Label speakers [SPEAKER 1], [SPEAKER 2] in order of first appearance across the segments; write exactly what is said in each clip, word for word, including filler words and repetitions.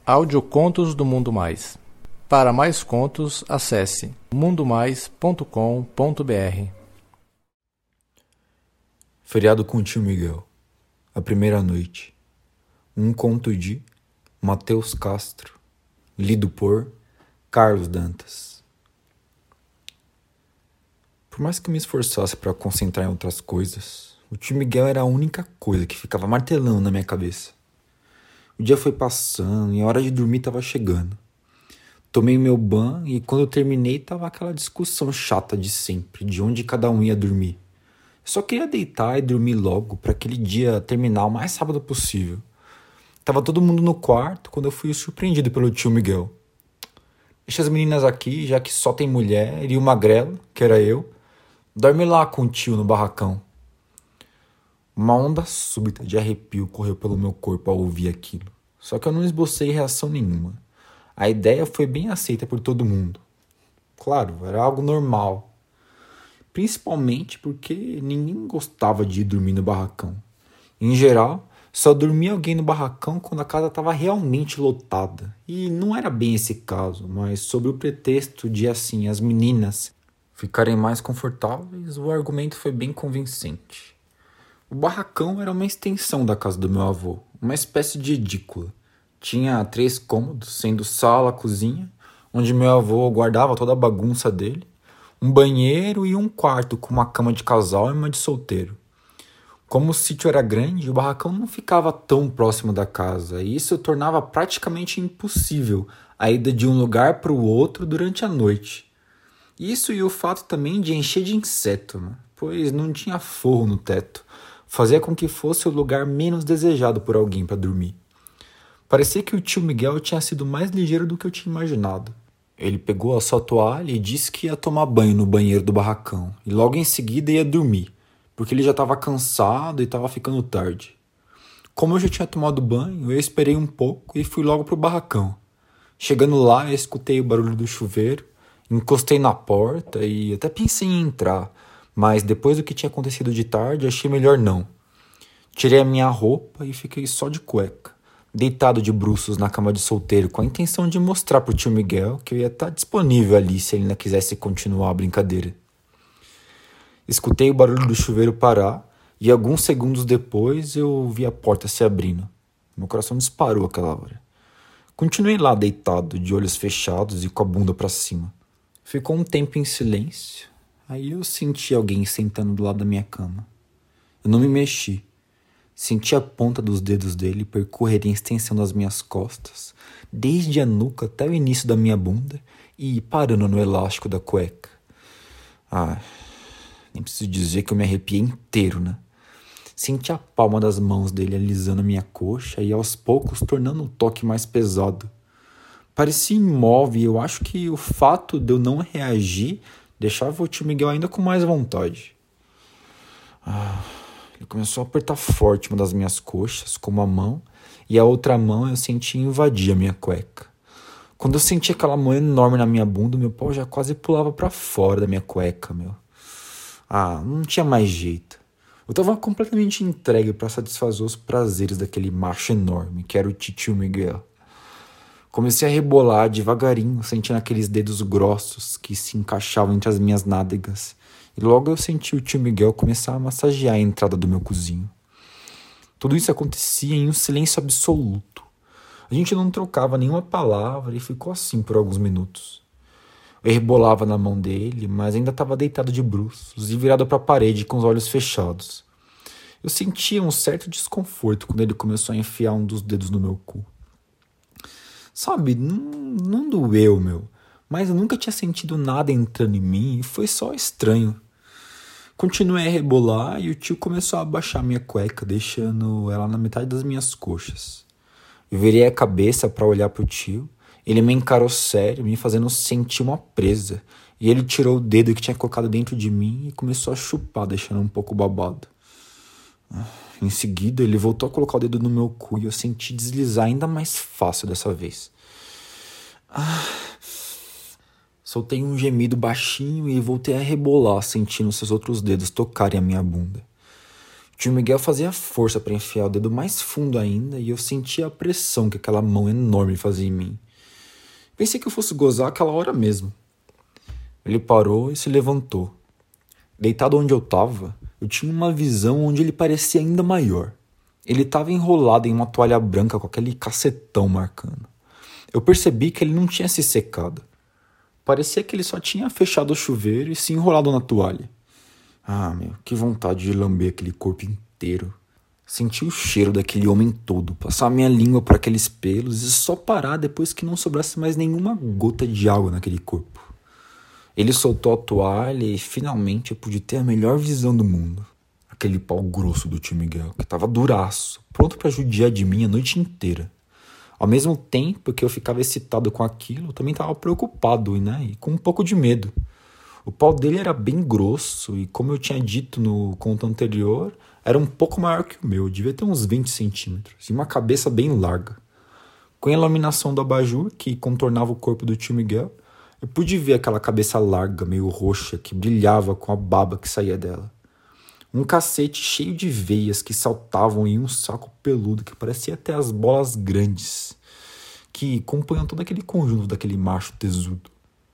[SPEAKER 1] Audiocontos do Mundo Mais. Para mais contos, acesse mundo mais ponto com ponto b r.
[SPEAKER 2] Feriado com o tio Miguel. A primeira noite. Um conto de Matheus Castro, lido por Carlos Dantas. Por mais que me esforçasse para concentrar em outras coisas, o tio Miguel era a única coisa que ficava martelando na minha cabeça. O dia foi passando e a hora de dormir estava chegando. Tomei meu banho e quando eu terminei estava aquela discussão chata de sempre, de onde cada um ia dormir. Eu só queria deitar e dormir logo para aquele dia terminar o mais rápido possível. Tava todo mundo no quarto quando eu fui surpreendido pelo tio Miguel. Deixa as meninas aqui, já que só tem mulher, e o magrelo, que era eu, dorme lá com o tio no barracão. Uma onda súbita de arrepio correu pelo meu corpo ao ouvir aquilo. Só que eu não esbocei reação nenhuma. A ideia foi bem aceita por todo mundo. Claro, era algo normal. Principalmente porque ninguém gostava de ir dormir no barracão. Em geral, só dormia alguém no barracão quando a casa estava realmente lotada. E não era bem esse caso, mas sob o pretexto de, assim, as meninas ficarem mais confortáveis, o argumento foi bem convincente. O barracão era uma extensão da casa do meu avô, uma espécie de edícula. Tinha três cômodos, sendo sala, cozinha, onde meu avô guardava toda a bagunça dele, um banheiro e um quarto com uma cama de casal e uma de solteiro. Como o sítio era grande, o barracão não ficava tão próximo da casa, e isso tornava praticamente impossível a ida de um lugar para o outro durante a noite. Isso e o fato também de encher de inseto, né? Pois não tinha forro no teto. Fazia com que fosse o lugar menos desejado por alguém para dormir. Parecia que o tio Miguel tinha sido mais ligeiro do que eu tinha imaginado. Ele pegou a sua toalha e disse que ia tomar banho no banheiro do barracão, e logo em seguida ia dormir, porque ele já estava cansado e estava ficando tarde. Como eu já tinha tomado banho, eu esperei um pouco e fui logo para o barracão. Chegando lá, eu escutei o barulho do chuveiro, encostei na porta e até pensei em entrar, mas depois do que tinha acontecido de tarde, achei melhor não. Tirei a minha roupa e fiquei só de cueca, deitado de bruços na cama de solteiro, com a intenção de mostrar pro tio Miguel que eu ia estar disponível ali se ele ainda quisesse continuar a brincadeira. Escutei o barulho do chuveiro parar e alguns segundos depois eu vi a porta se abrindo. Meu coração disparou aquela hora. Continuei lá deitado, de olhos fechados e com a bunda para cima. Ficou um tempo em silêncio. Aí eu senti alguém sentando do lado da minha cama. Eu não me mexi. Senti a ponta dos dedos dele percorrerem a extensão das minhas costas, desde a nuca até o início da minha bunda e parando no elástico da cueca. Ah, nem preciso dizer que eu me arrepiei inteiro, né? Senti a palma das mãos dele alisando a minha coxa e aos poucos tornando o toque mais pesado. Parecia imóvel e eu acho que o fato de eu não reagir deixava o tio Miguel ainda com mais vontade. Ah, ele começou a apertar forte uma das minhas coxas com uma mão e a outra mão eu senti invadir a minha cueca. Quando eu senti aquela mão enorme na minha bunda, meu pau já quase pulava pra fora da minha cueca, meu. Ah, não tinha mais jeito. Eu tava completamente entregue para satisfazer os prazeres daquele macho enorme que era o tio Miguel. Comecei a rebolar devagarinho, sentindo aqueles dedos grossos que se encaixavam entre as minhas nádegas. E logo eu senti o tio Miguel começar a massagear a entrada do meu cozinho. Tudo isso acontecia em um silêncio absoluto. A gente não trocava nenhuma palavra e ficou assim por alguns minutos. Eu rebolava na mão dele, mas ainda estava deitado de bruços e virado para a parede com os olhos fechados. Eu sentia um certo desconforto quando ele começou a enfiar um dos dedos no meu cu. Sabe, não, não doeu, meu, mas eu nunca tinha sentido nada entrando em mim e foi só estranho. Continuei a rebolar e o tio começou a abaixar minha cueca, deixando ela na metade das minhas coxas. Eu virei a cabeça para olhar pro tio, ele me encarou sério, me fazendo sentir uma presa, e ele tirou o dedo que tinha colocado dentro de mim e começou a chupar, deixando um pouco babado. Em seguida, ele voltou a colocar o dedo no meu cu e eu senti deslizar ainda mais fácil dessa vez. Ah, soltei um gemido baixinho e voltei a rebolar, sentindo seus outros dedos tocarem a minha bunda. tio Miguel fazia força para enfiar o dedo mais fundo ainda e eu sentia a pressão que aquela mão enorme fazia em mim. Pensei que eu fosse gozar aquela hora mesmo. Ele parou e se levantou. Deitado onde eu estava, eu tinha uma visão onde ele parecia ainda maior. Ele estava enrolado em uma toalha branca com aquele cacetão marcando. Eu percebi que ele não tinha se secado. Parecia que ele só tinha fechado o chuveiro e se enrolado na toalha. Ah, meu, que vontade de lamber aquele corpo inteiro. Senti o cheiro daquele homem todo, passar minha língua por aqueles pelos e só parar depois que não sobrasse mais nenhuma gota de água naquele corpo. Ele soltou a toalha e finalmente eu pude ter a melhor visão do mundo. Aquele pau grosso do tio Miguel, que estava duraço, pronto para judiar de mim a noite inteira. Ao mesmo tempo que eu ficava excitado com aquilo, eu também estava preocupado, né, e com um pouco de medo. O pau dele era bem grosso e, como eu tinha dito no conto anterior, era um pouco maior que o meu, devia ter uns vinte centímetros, e uma cabeça bem larga. Com a iluminação do abajur, que contornava o corpo do tio Miguel, eu pude ver aquela cabeça larga, meio roxa, que brilhava com a baba que saía dela. Um cacete cheio de veias que saltavam em um saco peludo que parecia até as bolas grandes, que compunham todo aquele conjunto daquele macho tesudo.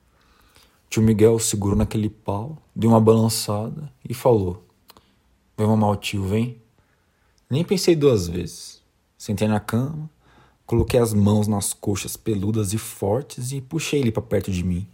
[SPEAKER 2] Tio Miguel segurou naquele pau, deu uma balançada e falou: "Vem mamar o tio, vem?" Nem pensei duas vezes. Sentei na cama, coloquei as mãos nas coxas peludas e fortes e puxei ele para perto de mim.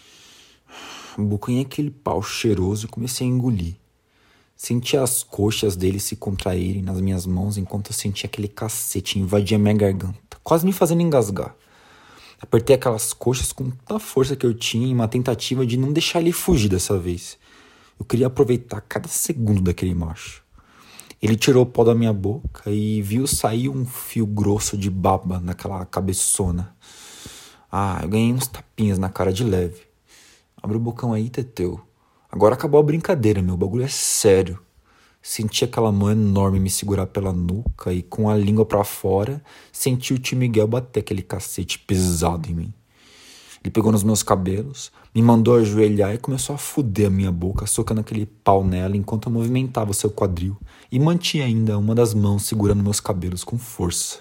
[SPEAKER 2] Abocanhei aquele pau cheiroso e comecei a engolir. Senti as coxas dele se contraírem nas minhas mãos enquanto eu sentia aquele cacete invadir a minha garganta, quase me fazendo engasgar. Apertei aquelas coxas com toda a força que eu tinha em uma tentativa de não deixar ele fugir dessa vez. Eu queria aproveitar cada segundo daquele macho. Ele tirou o pau da minha boca e viu sair um fio grosso de baba naquela cabeçona. Ah, eu ganhei uns tapinhas na cara de leve. Abre o bocão aí, Teteu. Agora acabou a brincadeira, meu. O bagulho é sério. Senti aquela mão enorme me segurar pela nuca e, com a língua pra fora, senti o tio Miguel bater aquele cacete pesado em mim. Ele pegou nos meus cabelos, me mandou ajoelhar e começou a foder a minha boca, socando aquele pau nela enquanto eu movimentava o seu quadril e mantinha ainda uma das mãos segurando meus cabelos com força.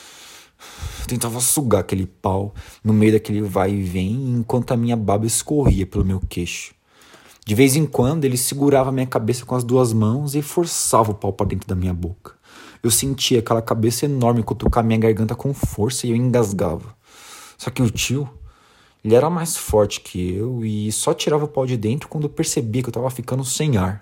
[SPEAKER 2] Eu tentava sugar aquele pau no meio daquele vai e vem enquanto a minha baba escorria pelo meu queixo. De vez em quando ele segurava minha cabeça com as duas mãos e forçava o pau para dentro da minha boca. Eu sentia aquela cabeça enorme cutucar minha garganta com força e eu engasgava. Só que o tio, ele era mais forte que eu e só tirava o pau de dentro quando eu percebia que eu tava ficando sem ar.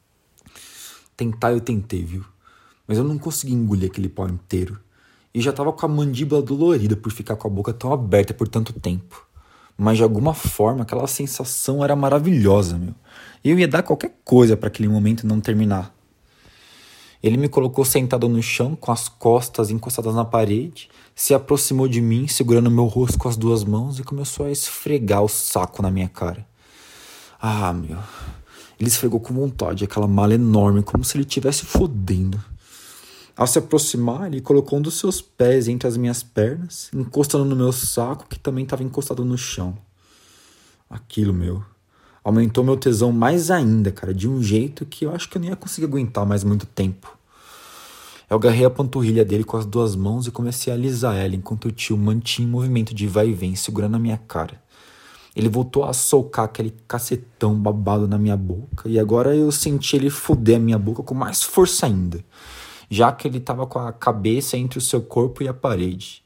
[SPEAKER 2] Tentar eu tentei, viu? Mas eu não consegui engolir aquele pau inteiro. E já tava com a mandíbula dolorida por ficar com a boca tão aberta por tanto tempo. Mas de alguma forma aquela sensação era maravilhosa, meu. Eu ia dar qualquer coisa para aquele momento não terminar. Ele me colocou sentado no chão, com as costas encostadas na parede, se aproximou de mim, segurando meu rosto com as duas mãos e começou a esfregar o saco na minha cara. Ah, meu. Ele esfregou com vontade aquela mala enorme, como se ele estivesse fodendo. Ao se aproximar, ele colocou um dos seus pés entre as minhas pernas, encostando no meu saco, que também estava encostado no chão. Aquilo, meu, aumentou meu tesão mais ainda, cara, de um jeito que eu acho que eu não ia conseguir aguentar mais muito tempo. Eu agarrei a panturrilha dele com as duas mãos e comecei a alisar ela, enquanto o tio mantinha um movimento de vai e vem, segurando a minha cara. Ele voltou a socar aquele cacetão babado na minha boca, e agora eu senti ele foder a minha boca com mais força ainda, já que ele estava com a cabeça entre o seu corpo e a parede.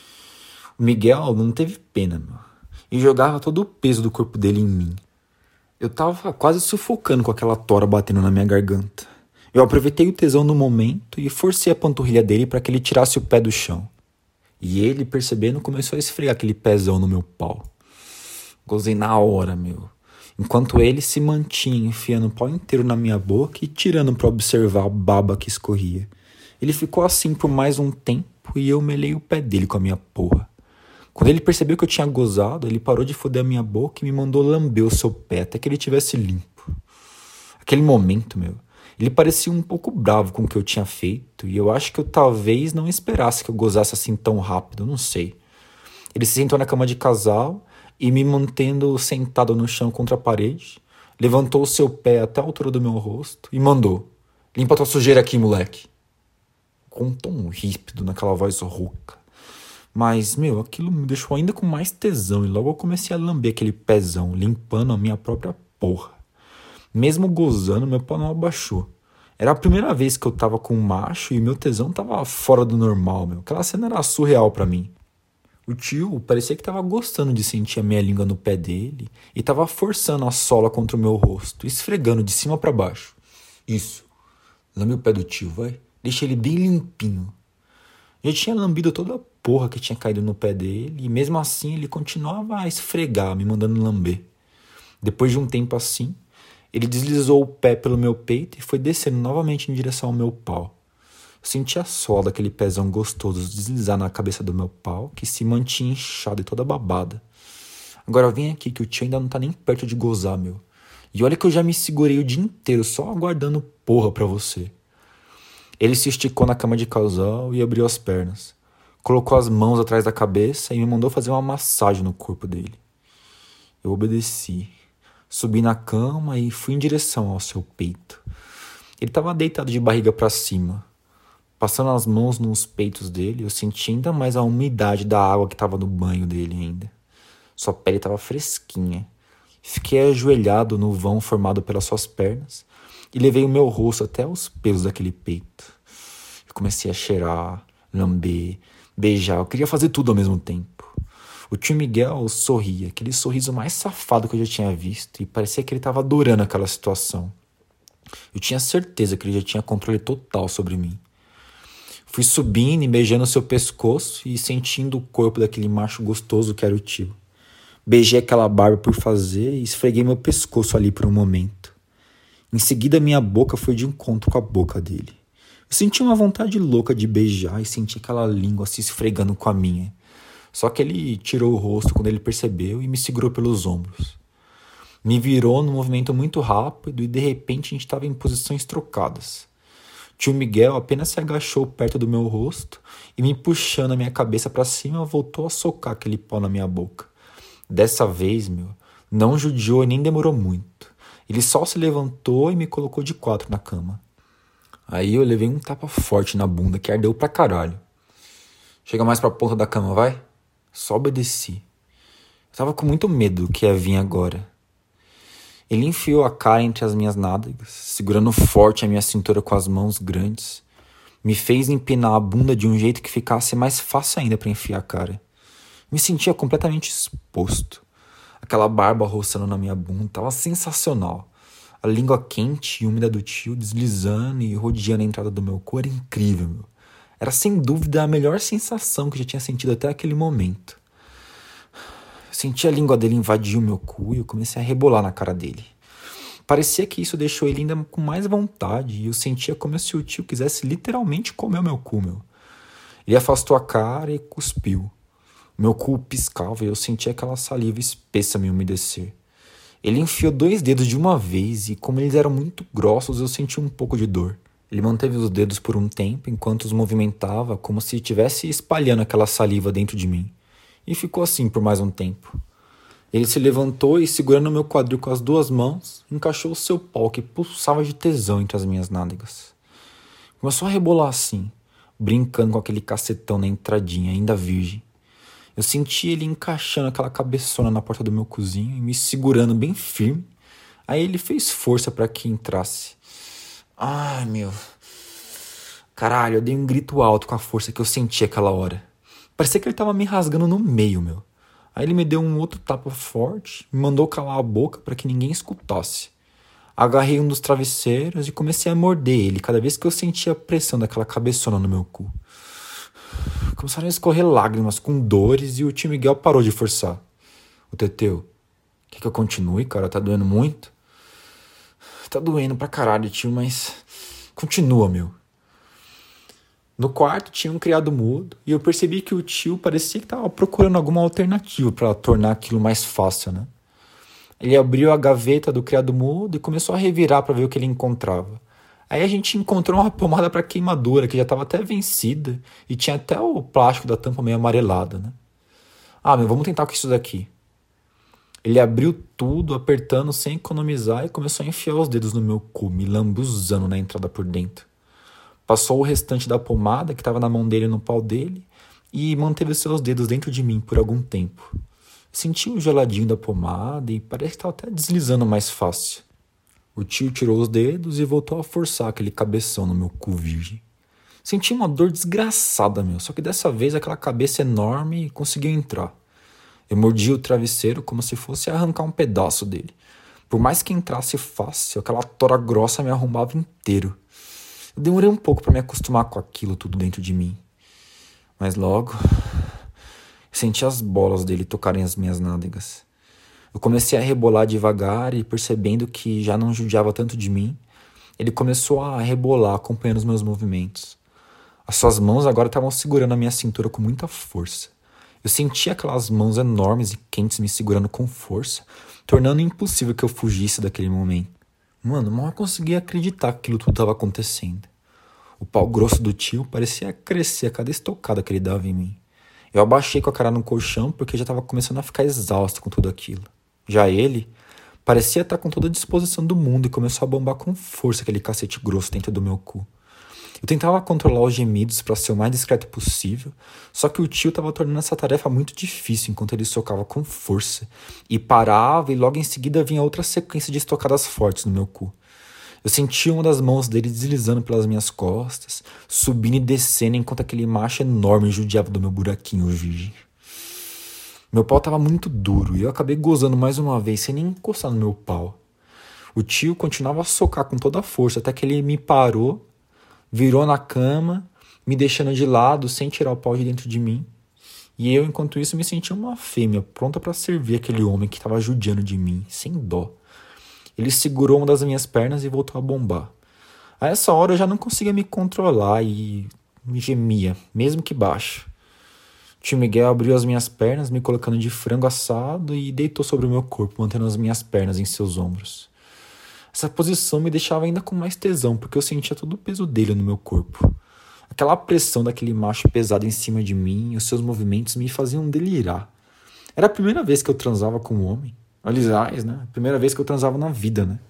[SPEAKER 2] O Miguel não teve pena, meu, e jogava todo o peso do corpo dele em mim. Eu tava quase sufocando com aquela tora batendo na minha garganta. Eu aproveitei o tesão no momento e forcei a panturrilha dele para que ele tirasse o pé do chão. E ele, percebendo, começou a esfregar aquele pezão no meu pau. Gozei na hora, meu. Enquanto ele se mantinha enfiando o pau inteiro na minha boca e tirando para observar a baba que escorria. Ele ficou assim por mais um tempo e eu melei o pé dele com a minha porra. Quando ele percebeu que eu tinha gozado, ele parou de foder a minha boca e me mandou lamber o seu pé até que ele tivesse limpo. Aquele momento, meu, ele parecia um pouco bravo com o que eu tinha feito e eu acho que eu talvez não esperasse que eu gozasse assim tão rápido, não sei. Ele se sentou na cama de casal e, me mantendo sentado no chão contra a parede, levantou o seu pé até a altura do meu rosto e mandou: Limpa tua sujeira aqui, moleque. Com um tom ríspido, naquela voz rouca. Mas, meu, aquilo me deixou ainda com mais tesão. E logo eu comecei a lamber aquele pezão, limpando a minha própria porra. Mesmo gozando, meu pau não abaixou. Era a primeira vez que eu tava com um macho e meu tesão tava fora do normal, meu. Aquela cena era surreal pra mim. O tio parecia que tava gostando de sentir a minha língua no pé dele e tava forçando a sola contra o meu rosto, esfregando de cima pra baixo. Isso. Lambe o pé do tio, vai. Deixa ele bem limpinho. Já tinha lambido toda a porra que tinha caído no pé dele e mesmo assim ele continuava a esfregar, me mandando lamber. Depois de um tempo assim, ele deslizou o pé pelo meu peito e foi descendo novamente em direção ao meu pau. Eu senti a sola daquele pezão gostoso deslizar na cabeça do meu pau, que se mantinha inchada e toda babada. Agora vem aqui que o tio ainda não tá nem perto de gozar, meu. E olha que eu já me segurei o dia inteiro só aguardando porra pra você. Ele se esticou na cama de casal e abriu as pernas. Colocou as mãos atrás da cabeça e me mandou fazer uma massagem no corpo dele. Eu obedeci. Subi na cama e fui em direção ao seu peito. Ele estava deitado de barriga para cima. Passando as mãos nos peitos dele, eu senti ainda mais a umidade da água que estava no banho dele ainda. Sua pele estava fresquinha. Fiquei ajoelhado no vão formado pelas suas pernas e levei o meu rosto até os pelos daquele peito. Eu comecei a cheirar, lamber, beijar. Eu queria fazer tudo ao mesmo tempo. O tio Miguel sorria, aquele sorriso mais safado que eu já tinha visto, e parecia que ele estava adorando aquela situação. Eu tinha certeza que ele já tinha controle total sobre mim. Fui subindo e beijando seu pescoço e sentindo o corpo daquele macho gostoso que era o tio. Beijei aquela barba por fazer e esfreguei meu pescoço ali por um momento. Em seguida, minha boca foi de encontro com a boca dele. Eu senti uma vontade louca de beijar e senti aquela língua se esfregando com a minha. Só que ele tirou o rosto quando ele percebeu e me segurou pelos ombros. Me virou num movimento muito rápido e de repente a gente estava em posições trocadas. Tio Miguel apenas se agachou perto do meu rosto e me puxando a minha cabeça para cima voltou a socar aquele pau na minha boca. Dessa vez, meu, não judiou e nem demorou muito. Ele só se levantou e me colocou de quatro na cama. Aí eu levei um tapa forte na bunda que ardeu pra caralho. Chega mais pra ponta da cama, vai? Só obedeci. Eu tava com muito medo do que ia vir agora. Ele enfiou a cara entre as minhas nádegas, segurando forte a minha cintura com as mãos grandes. Me fez empinar a bunda de um jeito que ficasse mais fácil ainda pra enfiar a cara. Me sentia completamente exposto. Aquela barba roçando na minha bunda tava sensacional. A língua quente e úmida do tio deslizando e rodeando a entrada do meu cu era incrível, meu. Era sem dúvida a melhor sensação que eu já tinha sentido até aquele momento. Eu senti a língua dele invadir o meu cu e eu comecei a rebolar na cara dele. Parecia que isso deixou ele ainda com mais vontade e eu sentia como se o tio quisesse literalmente comer o meu cu, meu. Ele afastou a cara e cuspiu. Meu cu piscava e eu sentia aquela saliva espessa me umedecer. Ele enfiou dois dedos de uma vez e, como eles eram muito grossos, eu senti um pouco de dor. Ele manteve os dedos por um tempo enquanto os movimentava como se estivesse espalhando aquela saliva dentro de mim. E ficou assim por mais um tempo. Ele se levantou e, segurando meu quadril com as duas mãos, encaixou o seu pau que pulsava de tesão entre as minhas nádegas. Começou a rebolar assim, brincando com aquele cacetão na entradinha, ainda virgem. Eu senti ele encaixando aquela cabeçona na porta do meu cozinho e me segurando bem firme. Aí ele fez força para que entrasse. Ai, meu. Caralho, eu dei um grito alto com a força que eu senti aquela hora. Parecia que ele tava me rasgando no meio, meu. Aí ele me deu um outro tapa forte, me mandou calar a boca para que ninguém escutasse. Agarrei um dos travesseiros e comecei a morder ele cada vez que eu sentia a pressão daquela cabeçona no meu cu. Começaram a escorrer lágrimas com dores e o tio Miguel parou de forçar. Ô Teteu, quer que eu continue, cara? Tá doendo muito? Tá doendo pra caralho, tio, mas continua, meu. No quarto tinha um criado mudo e eu percebi que o tio parecia que tava procurando alguma alternativa pra tornar aquilo mais fácil, né? Ele abriu a gaveta do criado mudo e começou a revirar pra ver o que ele encontrava. Aí a gente encontrou uma pomada para queimadura que já estava até vencida e tinha até o plástico da tampa meio amarelada, né? Ah, meu, vamos tentar com isso daqui. Ele abriu tudo, apertando sem economizar e começou a enfiar os dedos no meu cu, me lambuzando na entrada por dentro. Passou o restante da pomada que estava na mão dele no pau dele e manteve seus dedos dentro de mim por algum tempo. Senti o geladinho da pomada e parece que estava até deslizando mais fácil. O tio tirou os dedos e voltou a forçar aquele cabeção no meu cu virgem. Senti uma dor desgraçada, meu, só que dessa vez aquela cabeça enorme conseguiu entrar. Eu mordi o travesseiro como se fosse arrancar um pedaço dele. Por mais que entrasse fácil, aquela tora grossa me arrombava inteiro. Eu demorei um pouco para me acostumar com aquilo tudo dentro de mim. Mas logo, senti as bolas dele tocarem as minhas nádegas. Eu comecei a rebolar devagar e, percebendo que já não judiava tanto de mim, ele começou a rebolar acompanhando os meus movimentos. As suas mãos agora estavam segurando a minha cintura com muita força. Eu sentia aquelas mãos enormes e quentes me segurando com força, tornando impossível que eu fugisse daquele momento. Mano, mal conseguia acreditar que aquilo tudo estava acontecendo. O pau grosso do tio parecia crescer a cada estocada que ele dava em mim. Eu abaixei com a cara no colchão porque já estava começando a ficar exausto com tudo aquilo. Já ele parecia estar com toda a disposição do mundo e começou a bombar com força aquele cacete grosso dentro do meu cu. Eu tentava controlar os gemidos para ser o mais discreto possível, só que o tio estava tornando essa tarefa muito difícil enquanto ele socava com força, e parava e logo em seguida vinha outra sequência de estocadas fortes no meu cu. Eu sentia uma das mãos dele deslizando pelas minhas costas, subindo e descendo enquanto aquele macho enorme judiava do meu buraquinho virgem. Meu pau estava muito duro e eu acabei gozando mais uma vez sem nem encostar no meu pau. O tio continuava a socar com toda a força até que ele me parou, virou na cama, me deixando de lado sem tirar o pau de dentro de mim. E eu, enquanto isso, me sentia uma fêmea, pronta para servir aquele homem que estava judiando de mim, sem dó. Ele segurou uma das minhas pernas e voltou a bombar. A essa hora eu já não conseguia me controlar e me gemia, mesmo que baixo. O tio Miguel abriu as minhas pernas, me colocando de frango assado e deitou sobre o meu corpo, mantendo as minhas pernas em seus ombros. Essa posição me deixava ainda com mais tesão, porque eu sentia todo o peso dele no meu corpo. Aquela pressão daquele macho pesado em cima de mim e os seus movimentos me faziam delirar. Era a primeira vez que eu transava com um homem. Aliás, né? A primeira vez que eu transava na vida, né?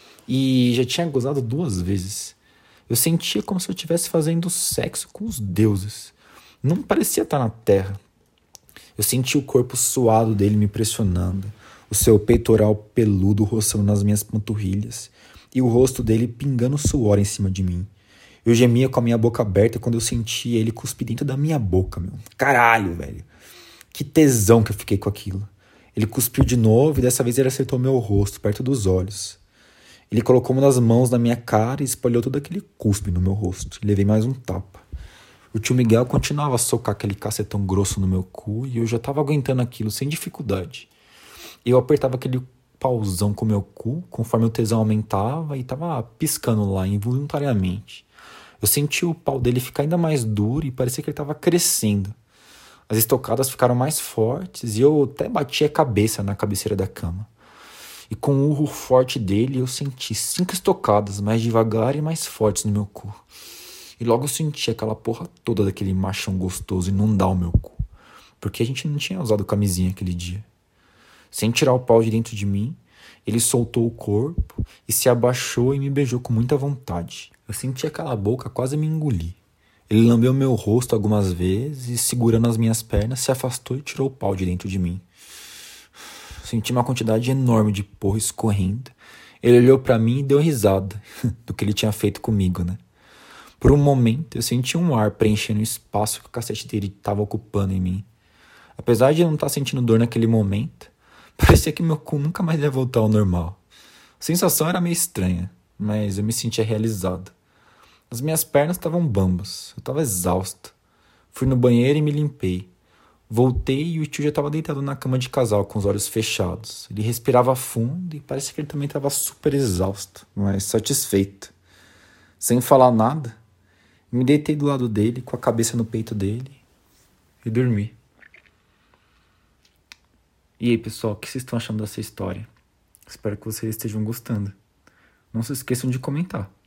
[SPEAKER 2] E já tinha gozado duas vezes. Eu sentia como se eu estivesse fazendo sexo com os deuses. Não parecia estar na terra. Eu sentia o corpo suado dele me pressionando, o seu peitoral peludo roçando nas minhas panturrilhas e o rosto dele pingando suor em cima de mim. Eu gemia com a minha boca aberta quando eu sentia ele cuspir dentro da minha boca, meu. Caralho, velho. Que tesão que eu fiquei com aquilo. Ele cuspiu de novo e dessa vez ele acertou meu rosto, perto dos olhos. Ele colocou uma das mãos na minha cara e espalhou todo aquele cuspe no meu rosto. E levei mais um tapa. O tio Miguel continuava a socar aquele cacetão grosso no meu cu e eu já estava aguentando aquilo sem dificuldade. Eu apertava aquele pauzão com o meu cu conforme o tesão aumentava e estava piscando lá involuntariamente. Eu senti o pau dele ficar ainda mais duro e parecia que ele estava crescendo. As estocadas ficaram mais fortes e eu até bati a cabeça na cabeceira da cama. E com o urro forte dele eu senti cinco estocadas mais devagar e mais fortes no meu cu. E logo eu senti aquela porra toda daquele machão gostoso inundar o meu cu. Porque a gente não tinha usado camisinha aquele dia. Sem tirar o pau de dentro de mim, ele soltou o corpo e se abaixou e me beijou com muita vontade. Eu senti aquela boca quase me engolir. Ele lambeu meu rosto algumas vezes e, segurando as minhas pernas, se afastou e tirou o pau de dentro de mim. Senti uma quantidade enorme de porra escorrendo. Ele olhou pra mim e deu risada do que ele tinha feito comigo, né? Por um momento, eu senti um ar preenchendo o espaço que o cacete dele estava ocupando em mim. Apesar de eu não estar sentindo dor naquele momento, parecia que meu cu nunca mais ia voltar ao normal. A sensação era meio estranha, mas eu me sentia realizado. As minhas pernas estavam bambas, eu estava exausto. Fui no banheiro e me limpei. Voltei e o tio já estava deitado na cama de casal com os olhos fechados. Ele respirava fundo e parecia que ele também estava super exausto, mas satisfeito. Sem falar nada, me deitei do lado dele, com a cabeça no peito dele e dormi. E aí, pessoal, o que vocês estão achando dessa história? Espero que vocês estejam gostando. Não se esqueçam de comentar.